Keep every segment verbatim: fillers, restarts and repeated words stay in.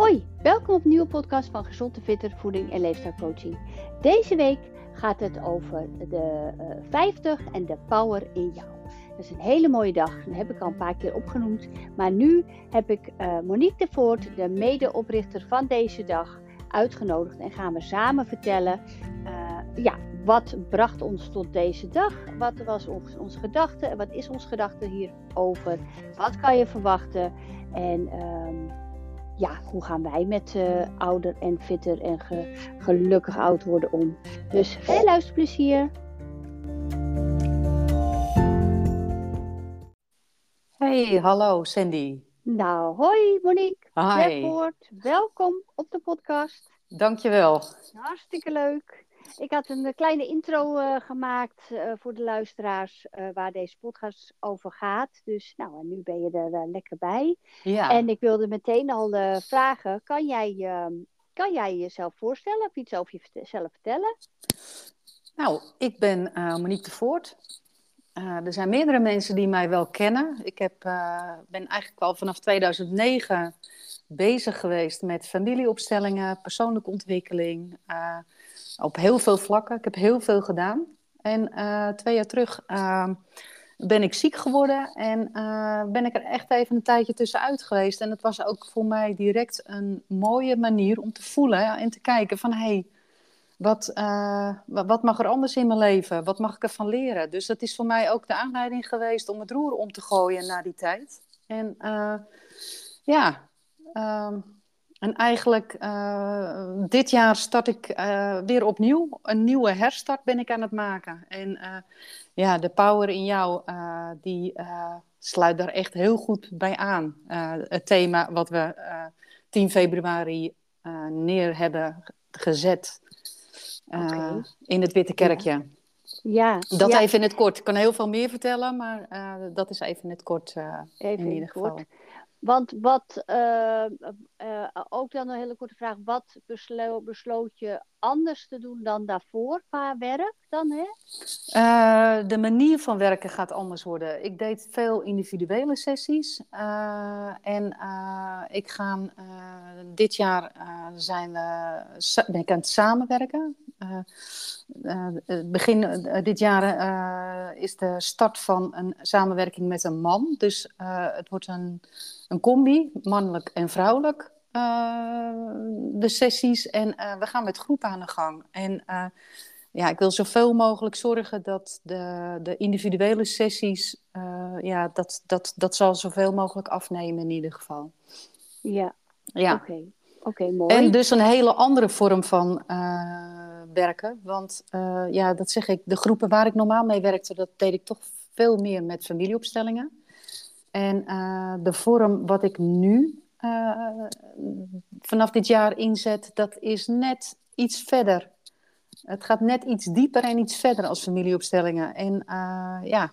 Hoi, welkom op een nieuwe podcast van Gezond en Fitter Voeding en Leefstijlcoaching. Deze week gaat het over de uh, vijftig en de power in jou. Dat is een hele mooie dag, dat heb ik al een paar keer opgenoemd. Maar nu heb ik uh, Monique de Voort, de medeoprichter van deze dag, uitgenodigd. En gaan we samen vertellen, uh, ja, wat bracht ons tot deze dag? Wat was ons, onze gedachte en wat is onze gedachte hierover? Wat kan je verwachten? En um, ja, hoe gaan wij met uh, ouder en fitter en ge, gelukkig oud worden om? Dus veel luisterplezier. Hey, hallo Sandy. Nou, hoi Monique. Hi. Voort. Welkom op de podcast. Dankjewel. Hartstikke leuk. Ik had een kleine intro uh, gemaakt uh, voor de luisteraars uh, waar deze podcast over gaat. Dus nou, en nu ben je er uh, lekker bij. Ja. En ik wilde meteen al uh, vragen, kan jij, uh, kan jij jezelf voorstellen of iets over jezelf vertellen? Nou, ik ben uh, Monique de Voort. Uh, er zijn meerdere mensen die mij wel kennen. Ik heb, uh, ben eigenlijk al vanaf tweeduizend negen bezig geweest met familieopstellingen, persoonlijke ontwikkeling. Uh, op heel veel vlakken. Ik heb heel veel gedaan. En uh, twee jaar terug uh, ben ik ziek geworden. En uh, ben ik er echt even een tijdje tussenuit geweest. En het was ook voor mij direct een mooie manier om te voelen en te kijken van... Hey, Wat, uh, wat mag er anders in mijn leven? Wat mag ik ervan leren? Dus dat is voor mij ook de aanleiding geweest om het roer om te gooien na die tijd. En uh, ja, uh, en eigenlijk uh, dit jaar start ik uh, weer opnieuw. Een nieuwe herstart ben ik aan het maken. En uh, ja, de power in jou, uh, die uh, sluit daar echt heel goed bij aan. Uh, het thema wat we uh, tien februari uh, neer hebben gezet. Uh, okay. In het Witte Kerkje. Ja. Ja, dat ja. even in het kort. Ik kan heel veel meer vertellen, maar uh, dat is even in het kort uh, even in ieder kort. geval. Want wat, uh, uh, ook dan een hele korte vraag, wat beslo- besloot je anders te doen dan daarvoor qua werk dan, hè? Uh, de manier van werken gaat anders worden. Ik deed veel individuele sessies uh, en uh, ik ga uh, dit jaar uh, zijn we, ben ik aan het samenwerken. Uh, uh, begin uh, dit jaar uh, is de start van een samenwerking met een man. Dus uh, het wordt een, een combi, mannelijk en vrouwelijk. Uh, de sessies en uh, we gaan met groepen aan de gang. En uh, ja, ik wil zoveel mogelijk zorgen dat de, de individuele sessies, uh, ja, dat, dat, dat zal zoveel mogelijk afnemen in ieder geval. Ja, ja. oké. Okay. Oké, okay, mooi. En dus een hele andere vorm van uh, werken. Want uh, ja, dat zeg ik, de groepen waar ik normaal mee werkte, dat deed ik toch veel meer met familieopstellingen. En uh, de vorm wat ik nu uh, vanaf dit jaar inzet, dat is net iets verder. Het gaat net iets dieper en iets verder als familieopstellingen. En uh, ja,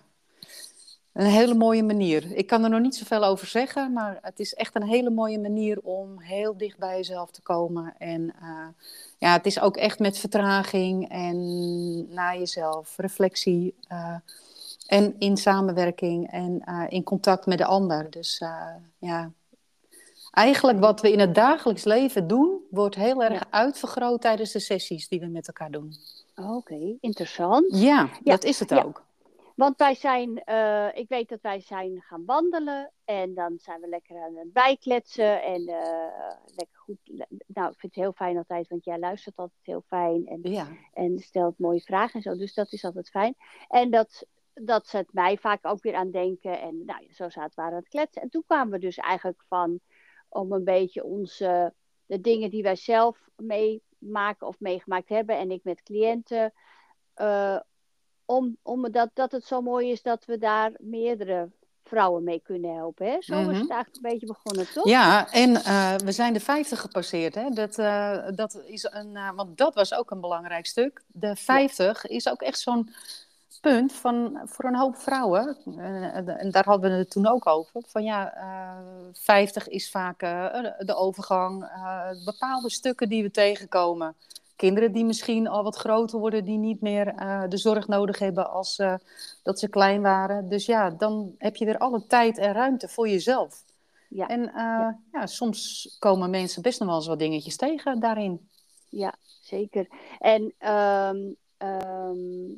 een hele mooie manier. Ik kan er nog niet zoveel over zeggen, maar het is echt een hele mooie manier om heel dicht bij jezelf te komen. En uh, ja, het is ook echt met vertraging en naar jezelf, reflectie uh, en in samenwerking en uh, in contact met de ander. Dus uh, ja... Eigenlijk wat we in het dagelijks leven doen, wordt heel erg ja. uitvergroot tijdens de sessies die we met elkaar doen. Oké, okay, interessant. Ja, ja, dat is het ja. ook. Want wij zijn, uh, ik weet dat wij zijn gaan wandelen en dan zijn we lekker aan het bijkletsen en uh, lekker goed. Nou, ik vind het heel fijn altijd, want jij luistert altijd heel fijn en, ja. en stelt mooie vragen en zo. Dus dat is altijd fijn. En dat, dat zet mij vaak ook weer aan denken en nou, zo zaten we aan het kletsen. En toen kwamen we dus eigenlijk van om een beetje onze, de dingen die wij zelf meemaken of meegemaakt hebben en ik met cliënten, uh, om, om dat, dat het zo mooi is dat we daar meerdere vrouwen mee kunnen helpen. Hè? Zo mm-hmm. is het eigenlijk een beetje begonnen, toch? Ja, en uh, we zijn de vijftig gepasseerd. Hè? Dat, uh, dat is een, uh, want dat was ook een belangrijk stuk. De vijftig ja. is ook echt zo'n punt van, voor een hoop vrouwen, uh, en daar hadden we het toen ook over, van ja, uh, vijftig is vaak uh, de overgang, uh, bepaalde stukken die we tegenkomen. Kinderen die misschien al wat groter worden, die niet meer uh, de zorg nodig hebben als uh, dat ze klein waren. Dus ja, dan heb je weer alle tijd en ruimte voor jezelf. ja, En uh, ja, ja, soms komen mensen best nog wel eens wat dingetjes tegen daarin. ja, zeker. En um, um,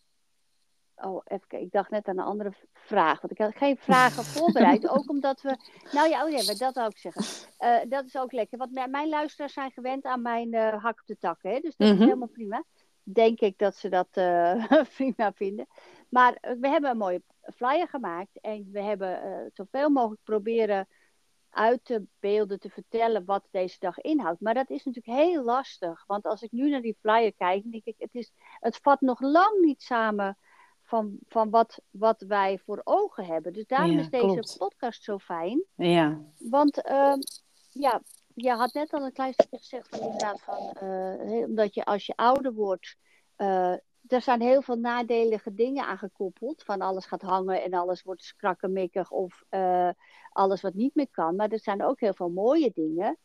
oh, even kijken. Ik dacht net aan een andere v- vraag. Want ik had geen vragen voorbereid. Ook omdat we. Nou ja, oh ja, maar dat wou ik zeggen. Eh, dat is ook lekker. Want mijn, mijn luisteraars zijn gewend aan mijn eh, hak op de tak. Hè? Dus dat is Mm-hmm. helemaal prima. Denk ik dat ze dat eh, prima vinden. Maar eh, we hebben een mooie flyer gemaakt. En we hebben eh, zoveel mogelijk proberen uit te beelden te vertellen wat deze dag inhoudt. Maar dat is natuurlijk heel lastig. Want als ik nu naar die flyer kijk, denk ik, het, is, het vat nog lang niet samen van, van wat, wat wij voor ogen hebben. Dus daarom is Ja, deze klopt. podcast zo fijn. Ja. Want uh, ja, je had net al een klein stukje gezegd van inderdaad van, uh, omdat je als je ouder wordt, uh, er zijn heel veel nadelige dingen aangekoppeld. Van alles gaat hangen en alles wordt krakkemikkig of uh, alles wat niet meer kan. Maar er zijn ook heel veel mooie dingen.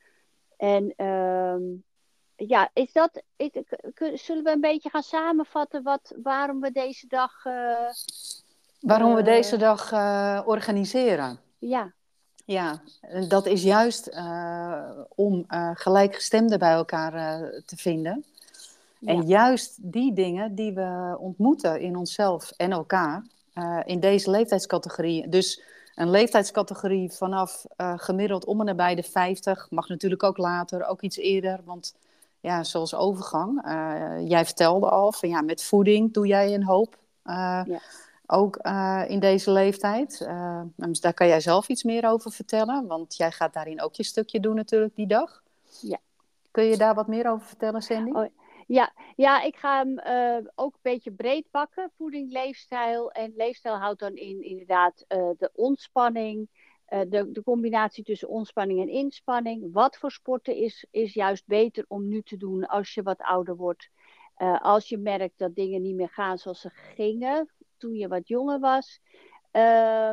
En uh, ja, is dat, is, zullen we een beetje gaan samenvatten wat, waarom we deze dag... Uh, Waarom we deze uh, dag uh, organiseren? Ja. Ja, dat is juist uh, om uh, gelijkgestemden bij elkaar uh, te vinden. En Ja. juist die dingen die we ontmoeten in onszelf en elkaar uh, in deze leeftijdscategorie. Dus een leeftijdscategorie vanaf uh, gemiddeld om en nabij de vijftig. Mag natuurlijk ook later, ook iets eerder. Want ja, zoals overgang. Uh, jij vertelde al, van, ja, met voeding doe jij een hoop. Uh, Ja. Ook uh, in deze leeftijd. Uh, dus daar kan jij zelf iets meer over vertellen. Want jij gaat daarin ook je stukje doen natuurlijk die dag. Ja. Kun je daar wat meer over vertellen, Sandy? Oh, ja. ja, ik ga hem uh, ook een beetje breed pakken. Voeding, leefstijl. En leefstijl houdt dan in inderdaad uh, de ontspanning. Uh, de, de combinatie tussen ontspanning en inspanning. Wat voor sporten is, is juist beter om nu te doen als je wat ouder wordt. Uh, als je merkt dat dingen niet meer gaan zoals ze gingen toen je wat jonger was. Uh,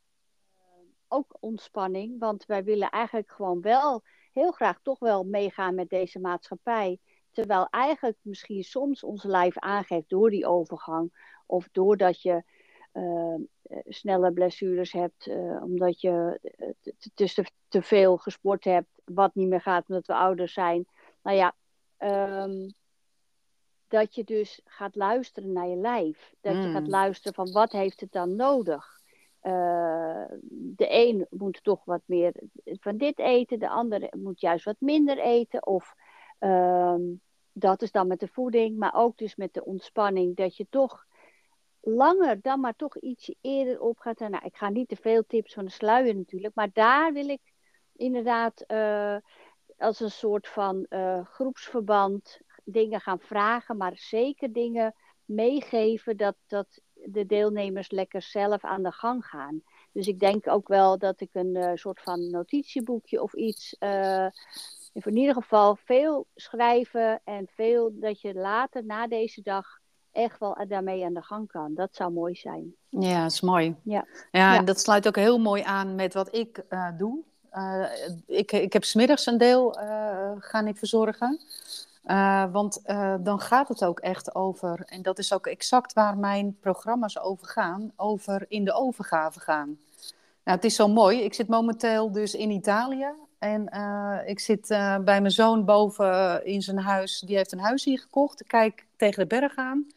ook ontspanning, want wij willen eigenlijk gewoon wel heel graag toch wel meegaan met deze maatschappij. Terwijl eigenlijk misschien soms ons lijf aangeeft door die overgang. Of doordat je uh, snelle blessures hebt. Uh, omdat je uh, te, te, te veel gesport hebt. Wat niet meer gaat omdat we ouder zijn. Nou ja, um, dat je dus gaat luisteren naar je lijf. Dat mm. je gaat luisteren van wat heeft het dan nodig. Uh, de een moet toch wat meer van dit eten. De ander moet juist wat minder eten. Of uh, dat is dan met de voeding. Maar ook dus met de ontspanning. Dat je toch langer dan maar toch ietsje eerder op gaat. En nou, ik ga niet te veel tips van de sluier natuurlijk. Maar daar wil ik inderdaad uh, als een soort van uh, groepsverband dingen gaan vragen. Maar zeker dingen meegeven dat, dat de deelnemers lekker zelf aan de gang gaan. Dus ik denk ook wel dat ik een uh, soort van notitieboekje of iets... Uh, in ieder geval veel schrijven en veel dat je later na deze dag echt wel daarmee aan de gang kan. Dat zou mooi zijn. Ja, dat is mooi. Ja, ja, ja. En dat sluit ook heel mooi aan met wat ik uh, doe. Uh, ik, ik heb 's middags een deel uh, gaan ik verzorgen. Uh, want uh, dan gaat het ook echt over, en dat is ook exact waar mijn programma's over gaan, over in de overgave gaan. Nou, het is zo mooi. Ik zit momenteel dus in Italië. En uh, ik zit uh, bij mijn zoon boven in zijn huis. Die heeft een huis hier gekocht. Ik kijk tegen de berg aan.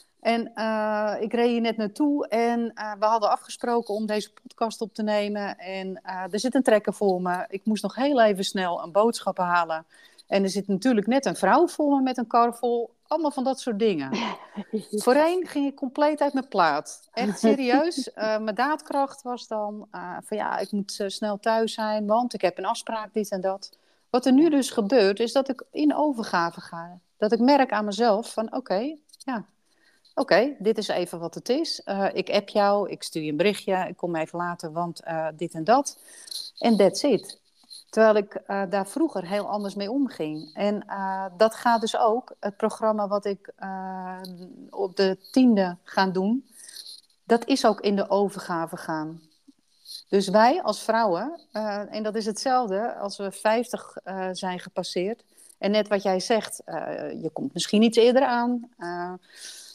En uh, ik reed hier net naartoe. En uh, we hadden afgesproken om deze podcast op te nemen. En uh, er zit een trekker voor me. Ik moest nog heel even snel een boodschap halen. En er zit natuurlijk net een vrouw voor me met een kar vol. Allemaal van dat soort dingen. Voorheen ging ik compleet uit mijn plaat. Echt serieus. Uh, mijn daadkracht was dan uh, van ja, ik moet uh, snel thuis zijn, want ik heb een afspraak, dit en dat. Wat er nu dus gebeurt, is dat ik in overgave ga. Dat ik merk aan mezelf van oké, okay, ja, oké, okay, dit is even wat het is. Uh, ik app jou, ik stuur je een berichtje, ik kom even later, want uh, dit en dat. En that's it. Terwijl ik uh, daar vroeger heel anders mee omging. En uh, dat gaat dus ook, het programma wat ik uh, op de tiende ga doen, dat is ook in de overgave gaan. Dus wij als vrouwen, uh, en dat is hetzelfde als we vijftig uh, zijn gepasseerd. En net wat jij zegt, uh, je komt misschien iets eerder aan. Uh,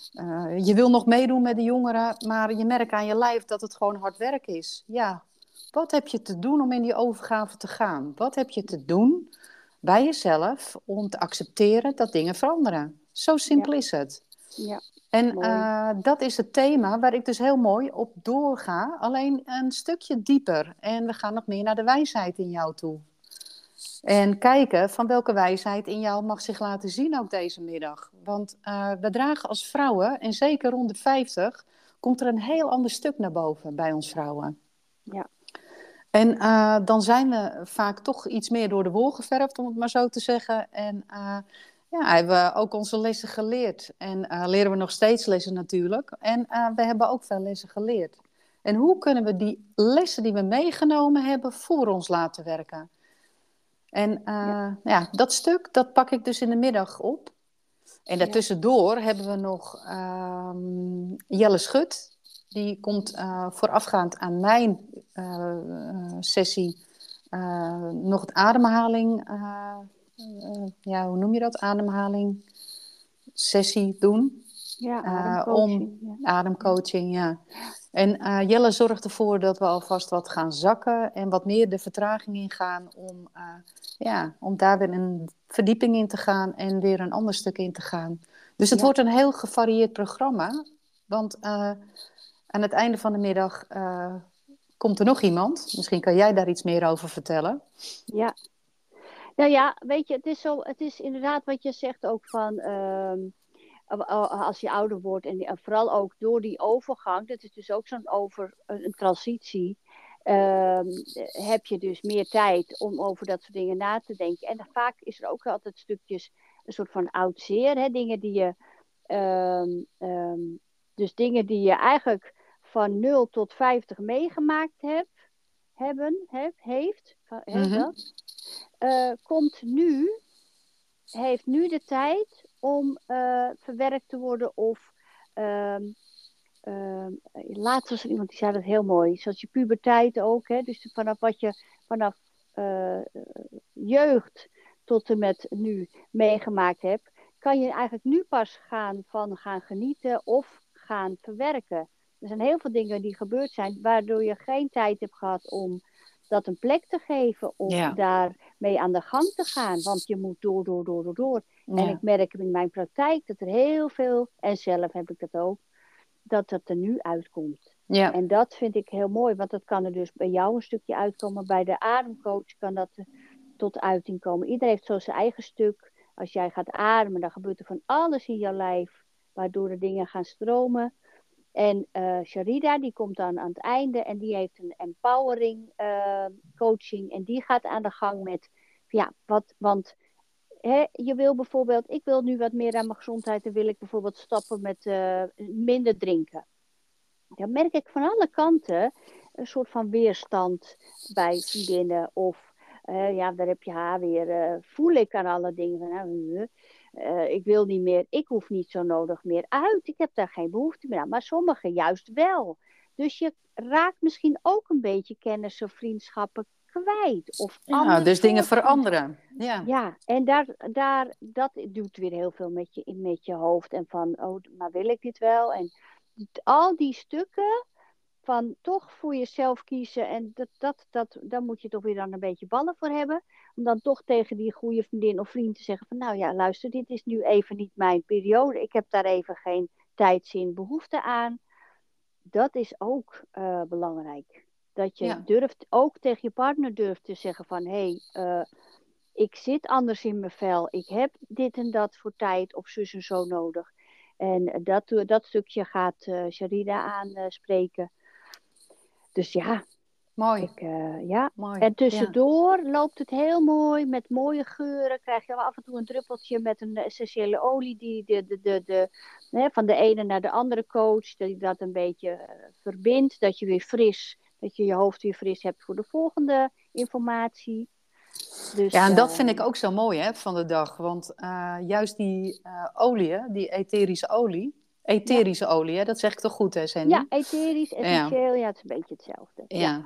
uh, je wil nog meedoen met de jongeren, maar je merkt aan je lijf dat het gewoon hard werk is. Ja. Wat heb je te doen om in die overgave te gaan? Wat heb je te doen bij jezelf om te accepteren dat dingen veranderen? Zo simpel Ja. is het. Ja, En mooi. uh, dat is het thema waar ik dus heel mooi op doorga. Alleen een stukje dieper. En we gaan nog meer naar de wijsheid in jou toe. En kijken van welke wijsheid in jou mag zich laten zien ook deze middag. Want uh, we dragen als vrouwen, en zeker rond de vijftig, komt er een heel ander stuk naar boven bij ons vrouwen. Ja. En uh, dan zijn we vaak toch iets meer door de wol geverfd, om het maar zo te zeggen. En uh, ja, hebben we ook onze lessen geleerd. En uh, leren we nog steeds lessen natuurlijk. En uh, we hebben ook veel lessen geleerd. En hoe kunnen we die lessen die we meegenomen hebben voor ons laten werken? En uh, ja. ja, dat stuk, dat pak ik dus in de middag op. En daartussendoor ja. hebben we nog uh, Jelle Schut. Die komt uh, voorafgaand aan mijn uh, uh, sessie uh, nog het ademhaling, uh, uh, ja, hoe noem je dat? Ademhaling sessie doen. Ja, ademcoaching. Uh, om, ja. Ademcoaching, ja. En uh, Jelle zorgt ervoor dat we alvast wat gaan zakken en wat meer de vertraging ingaan om, uh, ja, om daar weer een verdieping in te gaan en weer een ander stuk in te gaan. Dus het ja. wordt een heel gevarieerd programma, want uh, aan het einde van de middag uh, komt er nog iemand. Misschien kan jij daar iets meer over vertellen. Ja, nou ja, weet je, het is, zo, het is inderdaad wat je zegt ook van... Uh... als je ouder wordt en vooral ook door die overgang, dat is dus ook zo'n over, een transitie, uh, heb je dus meer tijd om over dat soort dingen na te denken. En vaak is er ook altijd stukjes een soort van oud zeer, hè, dingen die je, um, um, dus dingen die je eigenlijk van nul tot vijftig meegemaakt hebt, hebben, heb, heeft, mm-hmm. dat, uh, komt nu, heeft nu de tijd om uh, verwerkt te worden of uh, uh, laatst was er iemand die zei dat heel mooi, zoals je puberteit ook, hè? Dus vanaf wat je vanaf uh, jeugd tot en met nu meegemaakt hebt, kan je eigenlijk nu pas gaan van gaan genieten of gaan verwerken. Er zijn heel veel dingen die gebeurd zijn waardoor je geen tijd hebt gehad om dat een plek te geven of ja. daarmee aan de gang te gaan. Want je moet door, door, door, door, door. Ja. En ik merk in mijn praktijk dat er heel veel, en zelf heb ik dat ook, dat het er nu uitkomt. Ja. En dat vind ik heel mooi, want dat kan er dus bij jou een stukje uitkomen. Bij de ademcoach kan dat tot uiting komen. Iedereen heeft zo zijn eigen stuk. Als jij gaat ademen, dan gebeurt er van alles in jouw lijf, waardoor de dingen gaan stromen. En uh, Sharida, die komt dan aan het einde en die heeft een empowering uh, coaching. En die gaat aan de gang met, ja, wat, want hè, je wil bijvoorbeeld, ik wil nu wat meer aan mijn gezondheid. Dan wil ik bijvoorbeeld stappen met uh, minder drinken. Dan merk ik van alle kanten een soort van weerstand bij vriendinnen. Of, uh, ja, daar heb je haar weer, uh, voel ik aan alle dingen van, nou, uh, Uh, ik wil niet meer, ik hoef niet zo nodig meer uit. Ik heb daar geen behoefte meer aan. Maar sommigen juist wel. Dus je raakt misschien ook een beetje kennis of vriendschappen kwijt. Of ja, dus dingen veranderen. Ja, ja en daar, daar, dat doet weer heel veel met je, met je hoofd. En van, oh, maar wil ik dit wel? En al die stukken van toch voor jezelf kiezen. En dat, dat, dat, daar moet je toch weer dan een beetje ballen voor hebben. Om dan toch tegen die goede vriendin of vriend te zeggen van, nou ja, luister, dit is nu even niet mijn periode. Ik heb daar even geen tijdzin, behoefte aan. Dat is ook uh, belangrijk. Dat je ja. durft, ook tegen je partner durft te zeggen van, hé, hey, uh, ik zit anders in mijn vel. Ik heb dit en dat voor tijd of zus en zo nodig. En dat, dat stukje gaat uh, Sharida aanspreken. Uh, dus ja. Mooi. Ik, uh, ja. mooi. En tussendoor ja. loopt het heel mooi met mooie geuren. Krijg je af en toe een druppeltje met een essentiële olie die de, de, de, de, hè, van de ene naar de andere coach. Dat je dat een beetje uh, verbindt. Dat je weer fris, dat je je hoofd weer fris hebt voor de volgende informatie. Dus, ja, en dat uh, vind ik ook zo mooi hè, van de dag. Want uh, juist die uh, oliën, die etherische olie. Etherische ja. olie, hè? Dat zeg ik toch goed, hè, Sandy? Ja, etherisch, essentieel, ja. ja, het is een beetje hetzelfde. Ja. ja.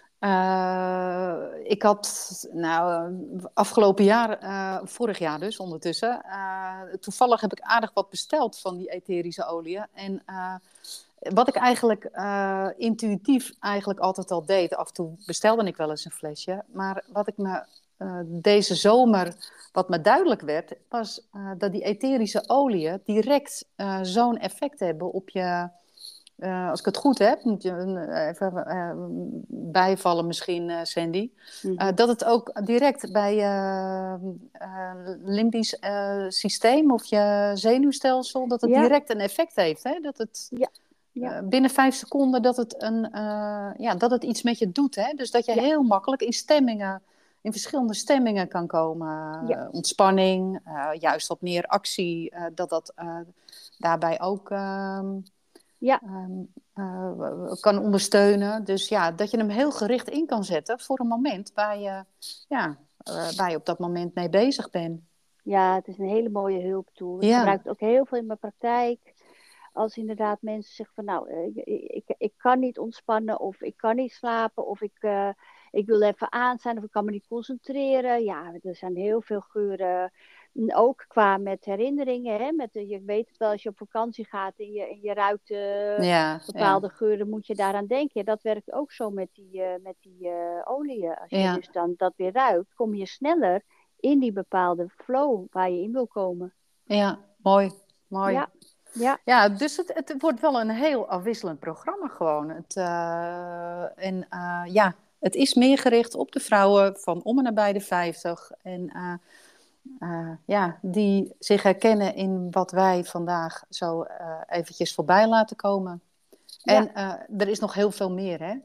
Uh, ik had, nou, afgelopen jaar, uh, vorig jaar dus ondertussen, uh, toevallig heb ik aardig wat besteld van die etherische oliën. En uh, wat ik eigenlijk uh, intuïtief eigenlijk altijd al deed. Af en toe bestelde ik wel eens een flesje. Maar wat ik me uh, deze zomer, wat me duidelijk werd, was uh, dat die etherische oliën direct uh, zo'n effect hebben op je. Uh, als ik het goed heb, moet je uh, even uh, bijvallen misschien, uh, Sandy. Uh, Mhm. dat het ook direct bij je uh, uh, limbisch uh, systeem of je zenuwstelsel, dat het Ja, direct een effect heeft. Hè? Dat het ja, ja, uh, binnen vijf seconden dat het, een, uh, ja, dat het iets met je doet. Hè? Dus dat je ja, heel makkelijk in stemmingen, in verschillende stemmingen kan komen. ja, Uh, ontspanning, uh, juist wat meer actie, uh, dat dat uh, daarbij ook... Uh, ja. Um, uh, kan ondersteunen. Dus ja, dat je hem heel gericht in kan zetten voor een moment waar je, ja, uh, waar je op dat moment mee bezig bent. Ja, het is een hele mooie hulptool. Ik Ja, gebruik het ook heel veel in mijn praktijk. Als inderdaad mensen zeggen van nou, eh, ik, ik, ik kan niet ontspannen of ik kan niet slapen of ik, eh, ik wil even aanstaan of ik kan me niet concentreren. Ja, er zijn heel veel geuren. En ook qua met herinneringen. Hè, met de, je weet het wel, als je op vakantie gaat en je, en je ruikt eh, ja, ja, bepaalde geuren, moet je daaraan denken. Dat werkt ook zo met die, eh, met die eh oliën. Als je ja, dus dan dat weer ruikt, kom je sneller in die bepaalde flow waar je in wil komen. ja, mooi, mooi. Ja, ja, Ja, dus het, het wordt wel een heel afwisselend programma gewoon. Het, uh, en uh, ja, het is meer gericht op de vrouwen van om en nabij de vijftig. En uh, uh, ja, die zich herkennen in wat wij vandaag zo uh, eventjes voorbij laten komen. ja, En uh, er is nog heel veel meer, hè?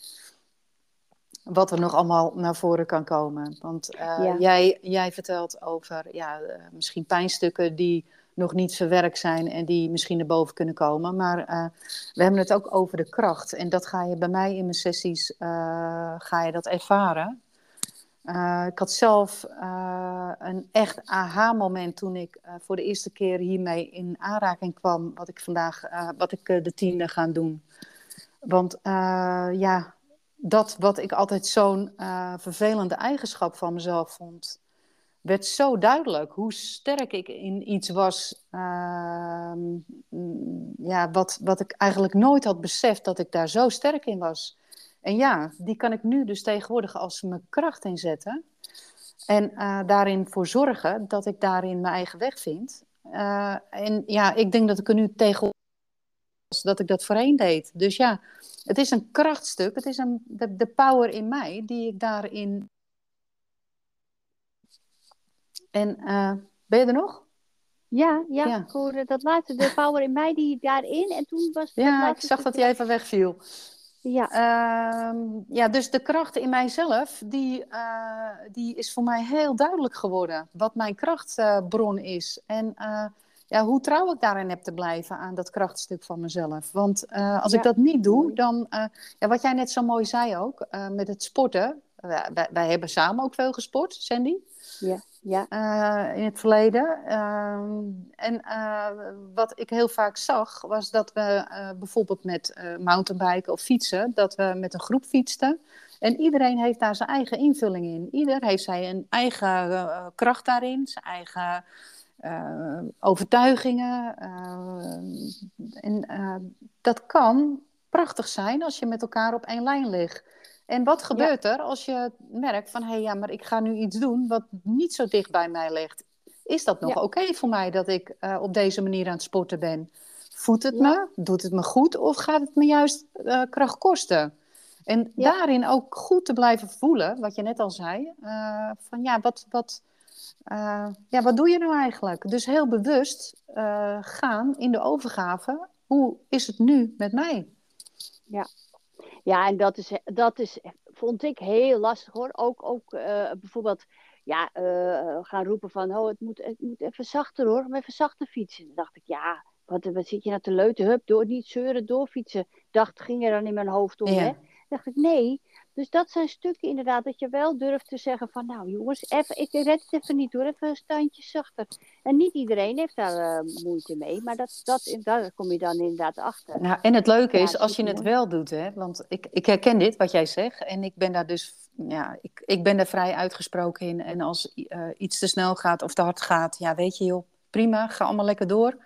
Wat er nog allemaal naar voren kan komen. Want uh, ja, jij, jij vertelt over ja, uh, misschien pijnstukken die nog niet verwerkt zijn en die misschien naar boven kunnen komen. Maar uh, we hebben het ook over de kracht. En dat ga je bij mij in mijn sessies uh, ga je dat ervaren. Uh, ik had zelf uh, een echt aha-moment toen ik uh, voor de eerste keer hiermee in aanraking kwam. Wat ik vandaag, uh, wat ik uh, de tiende ga doen. Want uh, ja, dat wat ik altijd zo'n uh, vervelende eigenschap van mezelf vond, werd zo duidelijk. Hoe sterk ik in iets was, uh, ja, wat, wat ik eigenlijk nooit had beseft dat ik daar zo sterk in was. En ja, die kan ik nu dus tegenwoordig als mijn kracht inzetten. En uh, daarin voor zorgen dat ik daarin mijn eigen weg vind. Uh, en ja, ik denk dat ik er nu tegen dat ik dat voorheen deed. Dus ja, het is een krachtstuk. Het is een, de, de power in mij die ik daarin... En uh, ben je er nog? ja, ja. Ja. Ik hoorde dat laatste, de power in mij die daarin. En toen was dat Ja, ik laatste zag dat stukje. hij even wegviel. Ja, Uh, ja, dus de kracht in mijzelf, die, uh, die is voor mij heel duidelijk geworden. Wat mijn krachtbron uh, is. En uh, ja, hoe trouw ik daarin heb te blijven aan dat krachtstuk van mezelf. Want uh, als ik ja, dat niet doe, mooi. dan... Uh, ja, wat jij net zo mooi zei ook, uh, met het sporten. Wij, wij, wij hebben samen ook veel gesport, Sandy. Ja, ja, Uh, in het verleden. Uh, en uh, wat ik heel vaak zag, was dat we uh, bijvoorbeeld met uh, mountainbiken of fietsen, dat we met een groep fietsten. En iedereen heeft daar zijn eigen invulling in. Ieder heeft zijn een eigen uh, kracht daarin, zijn eigen uh, overtuigingen. Uh, en uh, dat kan prachtig zijn als je met elkaar op één lijn ligt. En wat ja, gebeurt er als je merkt van... hé, hey, ja, maar ik ga nu iets doen wat niet zo dicht bij mij ligt. Is dat nog ja, oké okay voor mij dat ik uh, op deze manier aan het sporten ben? Voedt het ja, me? Doet het me goed? Of gaat het me juist uh, kracht kosten? En ja, daarin ook goed te blijven voelen, wat je net al zei. Uh, van ja, wat, wat, uh, ja, wat doe je nou eigenlijk? Dus heel bewust uh, gaan in de overgave. Hoe is het nu met mij? ja. Ja, en dat is, dat is, vond ik heel lastig hoor. Ook, ook uh, bijvoorbeeld, ja, uh, gaan roepen van, oh, het moet, het moet even zachter hoor, maar even zachter fietsen. Dan dacht ik, ja, wat, wat zit je nou te leuten? Hup, door, niet zeuren, doorfietsen. Dacht, ging er dan in mijn hoofd om, hè? Ja, Dacht ik, nee. Dus dat zijn stukken inderdaad, dat je wel durft te zeggen van, nou jongens, even, ik red het even niet hoor, even een standje zachter. En niet iedereen heeft daar uh, moeite mee, maar dat, dat, daar kom je dan inderdaad achter. nou, en het leuke Ja, is, als je het supermooi. wel doet, hè, want ik, ik herken dit, wat jij zegt, en ik ben daar dus, ja, ik, ik ben daar vrij uitgesproken in. En als uh, iets te snel gaat of te hard gaat, ja, weet je joh, prima, ga allemaal lekker door.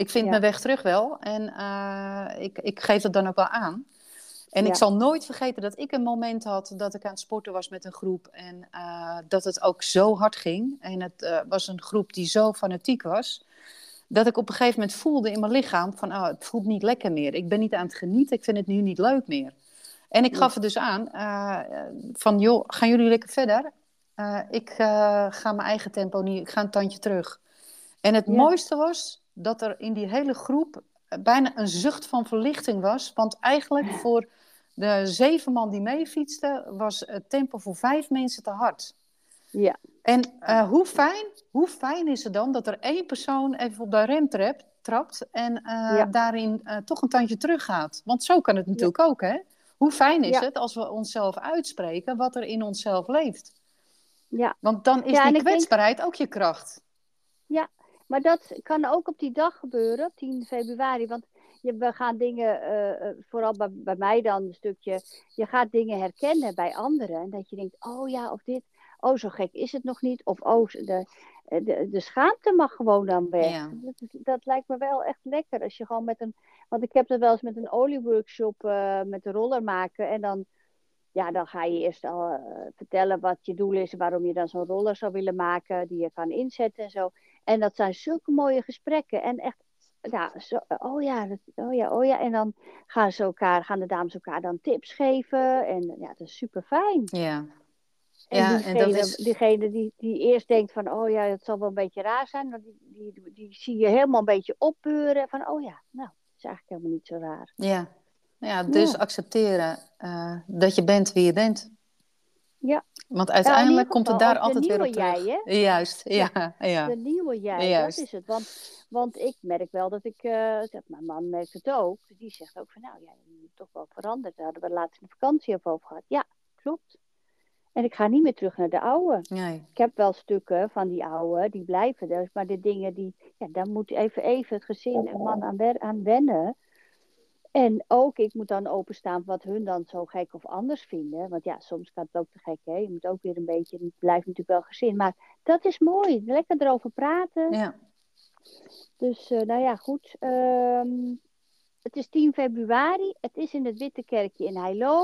Ik vind Ja. mijn weg terug wel. En uh, ik, ik geef het dan ook wel aan. En Ja. ik zal nooit vergeten dat ik een moment had dat ik aan het sporten was met een groep. En uh, dat het ook zo hard ging. En het uh, was een groep die zo fanatiek was. Dat ik op een gegeven moment voelde in mijn lichaam van, oh, het voelt niet lekker meer. Ik ben niet aan het genieten, ik vind het nu niet leuk meer. En ik gaf het dus aan, uh, van joh, gaan jullie lekker verder? Uh, ik uh, ga mijn eigen tempo niet, ik ga een tandje terug. En het Ja. mooiste was dat er in die hele groep bijna een zucht van verlichting was. Want eigenlijk voor de zeven man die meefietsten was het tempo voor vijf mensen te hard. Ja. En uh, hoe, fijn, hoe fijn is het dan dat er één persoon even op de rem trapt, trapt en uh, ja. daarin uh, toch een tandje teruggaat. Want zo kan het natuurlijk ja. ook, hè? Hoe fijn is ja. het als we onszelf uitspreken wat er in onszelf leeft? Ja. Want dan is ja, die kwetsbaarheid denk... ook je kracht. Ja, maar dat kan ook op die dag gebeuren, tien februari. Want je, we gaan dingen, uh, vooral bij, bij mij dan een stukje, je gaat dingen herkennen bij anderen. En dat je denkt, oh ja, of dit, oh zo gek is het nog niet. Of oh, de, de, de schaamte mag gewoon dan weg. Ja. Dat, dat lijkt me wel echt lekker. Als je gewoon met een, want ik heb dat wel eens met een olieworkshop uh, met de roller maken. En dan, ja, dan ga je eerst al uh, vertellen wat je doel is. Waarom je dan zo'n roller zou willen maken, die je kan inzetten en zo. En dat zijn zulke mooie gesprekken. En echt, ja, zo, oh ja, dat, oh ja, oh ja. En dan gaan ze elkaar, gaan de dames elkaar dan tips geven. En ja, dat is super fijn. Ja. En ja, diegene, en dat is... diegene die, die eerst denkt van, oh ja, het zal wel een beetje raar zijn. Maar die, die, die zie je helemaal een beetje opbeuren. Van, oh ja, nou, dat is eigenlijk helemaal niet zo raar. Ja, ja dus ja. accepteren uh, dat je bent wie je bent. Ja. Want uiteindelijk ja, komt het daar altijd weer op jij, terug. Hè? Juist, ja, ja, ja. De nieuwe jij, Juist. dat is het. Want, want ik merk wel dat ik, uh, dat mijn man merkt het ook. Die zegt ook van, nou, jij ja, bent toch wel veranderd. Daar hadden we laatst in de vakantie over gehad. Ja, klopt. En ik ga niet meer terug naar de oude. Nee. Ik heb wel stukken van die oude, die blijven dus. Maar de dingen die, ja, daar moet even, even het gezin en man aan, wer- aan wennen. En ook, ik moet dan openstaan wat hun dan zo gek of anders vinden. Want ja, soms kan het ook te gek, hè. Je moet ook weer een beetje, het blijft natuurlijk wel gezin. Maar dat is mooi, lekker erover praten. Ja. Dus, uh, nou ja, goed. Um, het is tien februari. Het is in het Witte Kerkje in Heilo.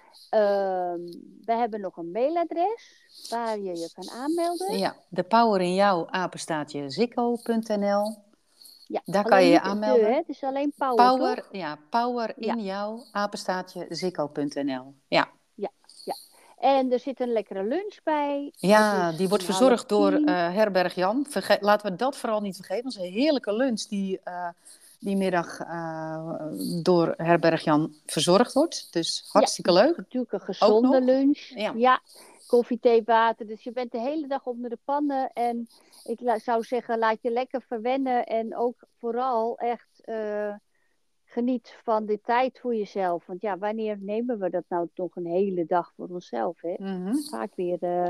Um, we hebben nog een mailadres waar je je kan aanmelden. Ja, de Power in jou, apenstaatje zikko punt n l. Ja, daar kan je je aanmelden. De, hè? Het is alleen power, power toch? Ja, power in ja. jou, apenstaatje zikko punt n l. Ja. Ja, ja. En er zit een lekkere lunch bij. Ja, die wordt verzorgd door uh, Herberg Jan. Verge- Laten we dat vooral niet vergeten. Dat is een heerlijke lunch die, uh, die middag uh, door Herberg Jan verzorgd wordt. Dus hartstikke ja, leuk. Natuurlijk een gezonde lunch. Ja. ja, koffie, thee, water. Dus je bent de hele dag onder de pannen. En ik la- zou zeggen, laat je lekker verwennen. En ook vooral echt... Uh, geniet van de tijd voor jezelf. Want ja, wanneer nemen we dat nou toch een hele dag voor onszelf? Hè? Mm-hmm. Vaak weer uh,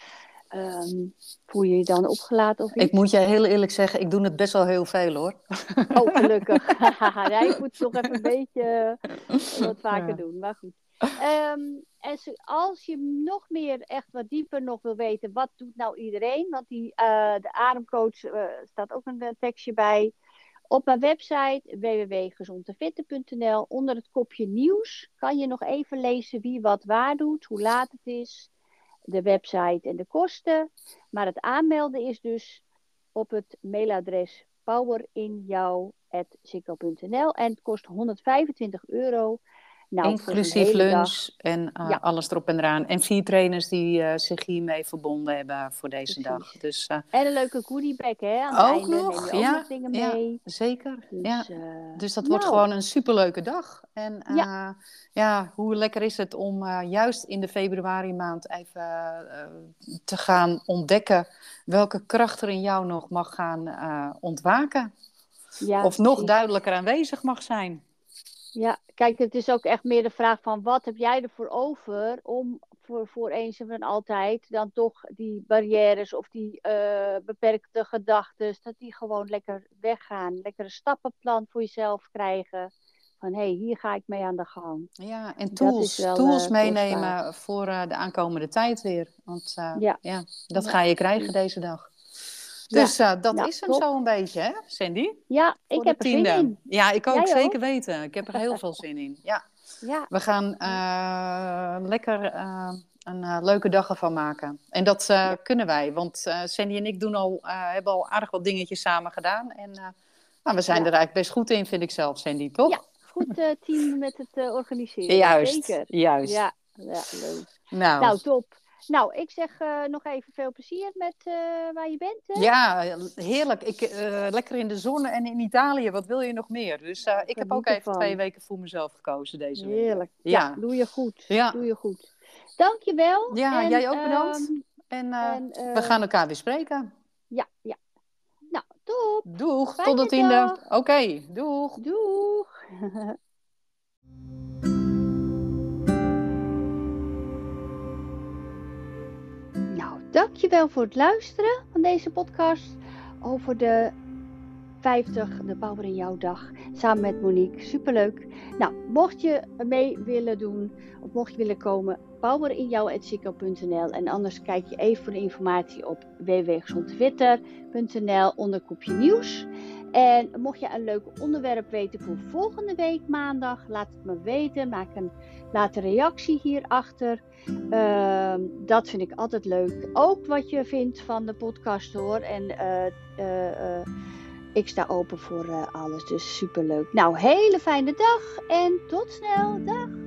um, voel je je dan opgelaten of iets? Ik moet je heel eerlijk zeggen, ik doe het best wel heel veel hoor. Oh, gelukkig. ja, ik moet het toch even een beetje uh, wat vaker ja. doen. Maar goed. Um, en als je nog meer echt wat dieper nog wil weten, wat doet nou iedereen? Want die, uh, de ademcoach uh, staat ook een uh, tekstje bij. Op mijn website w w w punt gezondtefitte punt n l onder het kopje nieuws kan je nog even lezen wie wat waar doet, hoe laat het is, de website en de kosten. Maar het aanmelden is dus op het mailadres powerinjou punt zikko punt n l en het kost honderdvijfentwintig euro. Nou, inclusief lunch dag. en uh, ja. alles erop en eraan. En vier trainers die uh, zich hiermee verbonden hebben voor deze Precies. dag. Dus, uh, en een leuke goodiebag, hè? Aan het ook einde nog, neem je ook ja, nog dingen mee. Ja, zeker. Dus, ja. uh, dus dat nou. wordt gewoon een superleuke dag. En uh, ja. ja, hoe lekker is het om uh, juist in de februari maand even uh, te gaan ontdekken welke kracht er in jou nog mag gaan uh, ontwaken. Ja, of nog precies. duidelijker aanwezig mag zijn. Ja, kijk, het is ook echt meer de vraag van wat heb jij ervoor over om voor, voor eens en altijd dan toch die barrières of die uh, beperkte gedachten, dat die gewoon lekker weggaan. Lekker een stappenplan voor jezelf krijgen. Van hé, hey, hier ga ik mee aan de gang. Ja, en tools, wel, tools uh, meenemen kostbaar. voor uh, de aankomende tijd weer. Want uh, ja. ja, dat ja, ga je krijgen precies. deze dag. Dus uh, dat nou, is hem top. zo een beetje, hè, Sandy? Ja, ik heb er zin in. Ja, ik ook, Jij zeker ook? weten. Ik heb er heel veel zin in. Ja. Ja. We gaan uh, lekker uh, een uh, leuke dag ervan maken. En dat uh, ja. kunnen wij, want uh, Sandy en ik doen al, uh, hebben al aardig wat dingetjes samen gedaan. En uh, nou, we zijn ja. er eigenlijk best goed in, vind ik zelf, Sandy, toch? Ja, goed uh, team met het uh, organiseren. Juist, zeker. juist. Ja, ja, leuk. Nou, nou top. Nou, ik zeg uh, nog even veel plezier met uh, waar je bent. Hè? Ja, heerlijk. Ik, uh, lekker in de zon en in Italië. Wat wil je nog meer? Dus uh, ik heb ook even ervan. twee weken voor mezelf gekozen deze week. Heerlijk. Ja, ja, doe je goed. Ja. Doe je goed. Dankjewel. Ja, en, jij ook bedankt. Um, en, uh, en uh, we gaan elkaar weer spreken. Ja, ja. Nou, doeg. Doeg. Fijne tot de tiende. Oké, okay, doeg. Doeg. Dankjewel voor het luisteren van deze podcast over de vijftig, de Power in Jouw dag, samen met Monique. Superleuk. Nou, mocht je mee willen doen, of mocht je willen komen, power in jou at zikko punt n l. En anders kijk je even voor de informatie op w w w punt gezondvetter punt n l onder kopje nieuws. En mocht je een leuk onderwerp weten voor volgende week maandag, laat het me weten. Maak een, laat een reactie hierachter. Uh, dat vind ik altijd leuk. Ook wat je vindt van de podcast hoor. En uh, uh, uh, ik sta open voor uh, alles. Dus superleuk. Nou, hele fijne dag en tot snel. Dag.